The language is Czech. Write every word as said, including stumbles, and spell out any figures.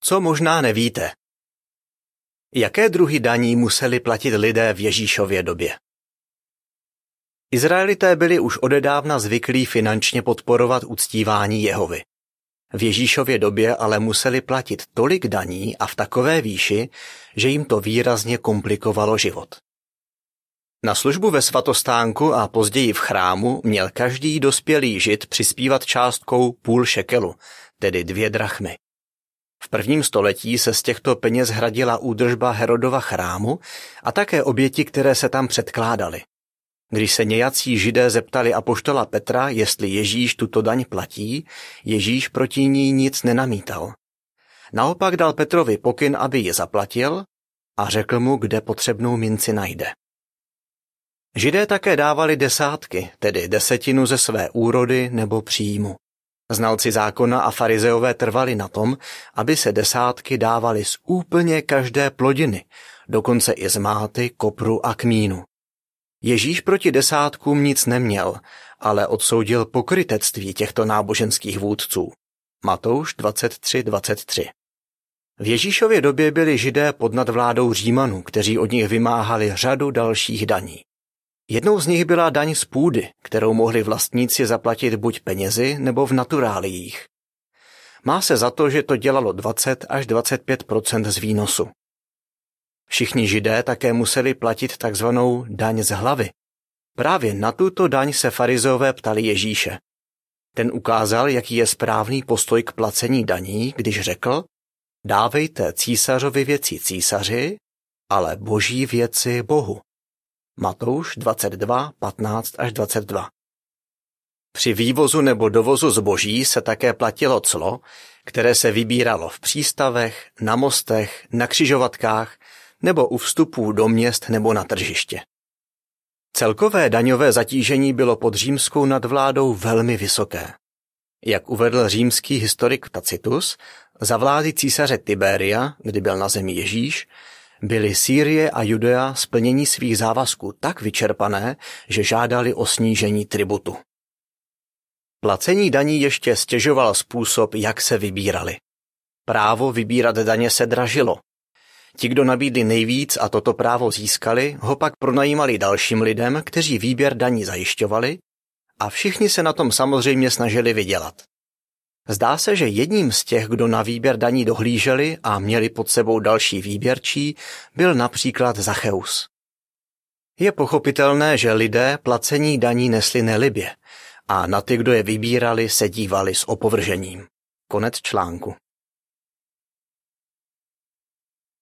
Co možná nevíte? Jaké druhy daní museli platit lidé v Ježíšově době? Izraelité byli už odedávna zvyklí finančně podporovat uctívání Jehovy. V Ježíšově době ale museli platit tolik daní a v takové výši, že jim to výrazně komplikovalo život. Na službu ve svatostánku a později v chrámu měl každý dospělý žid přispívat částkou půl šekelu, tedy dvě drachmy. V prvním století se z těchto peněz hradila údržba Herodova chrámu a také oběti, které se tam předkládaly. Když se nějací židé zeptali apoštola Petra, jestli Ježíš tuto daň platí, Ježíš proti ní nic nenamítal. Naopak dal Petrovi pokyn, aby ji zaplatil, a řekl mu, kde potřebnou minci najde. Židé také dávali desátky, tedy desetinu ze své úrody nebo příjmu. Znalci zákona a farizeové trvali na tom, aby se desátky dávaly z úplně každé plodiny, dokonce i z máty, kopru a kmínu. Ježíš proti desátkům nic neměl, ale odsoudil pokrytectví těchto náboženských vůdců. Matouš dvacet tři dvacet tři. V Ježíšově době byli Židé pod nadvládou Římanů, kteří od nich vymáhali řadu dalších daní. Jednou z nich byla daň z půdy, kterou mohli vlastníci zaplatit buď penězi nebo v naturáliích. Má se za to, že to dělalo dvacet až dvacet pět procent z výnosu. Všichni Židé také museli platit takzvanou daň z hlavy. Právě na tuto daň se farizeové ptali Ježíše. Ten ukázal, jaký je správný postoj k placení daní, když řekl: dávejte císařovi věci císaři, ale boží věci Bohu. Matouš dvacet dva patnáct až dvacet dva. Při vývozu nebo dovozu zboží se také platilo clo, které se vybíralo v přístavech, na mostech, na křižovatkách nebo u vstupů do měst nebo na tržiště. Celkové daňové zatížení bylo pod římskou nadvládou velmi vysoké. Jak uvedl římský historik Tacitus, za vlády císaře Tiberia, kdy byl na zemi Ježíš, byly Sýrie a Judea splnění svých závazků tak vyčerpané, že žádali o snížení tributu. Placení daní ještě stěžoval způsob, jak se vybírali. Právo vybírat daně se dražilo. Ti, kdo nabídli nejvíc a toto právo získali, ho pak pronajímali dalším lidem, kteří výběr daní zajišťovali, a všichni se na tom samozřejmě snažili vydělat. Zdá se, že jedním z těch, kdo na výběr daní dohlíželi a měli pod sebou další výběrčí, byl například Zacheus. Je pochopitelné, že lidé placení daní nesli nelibě a na ty, kdo je vybírali, se dívali s opovržením. Konec článku.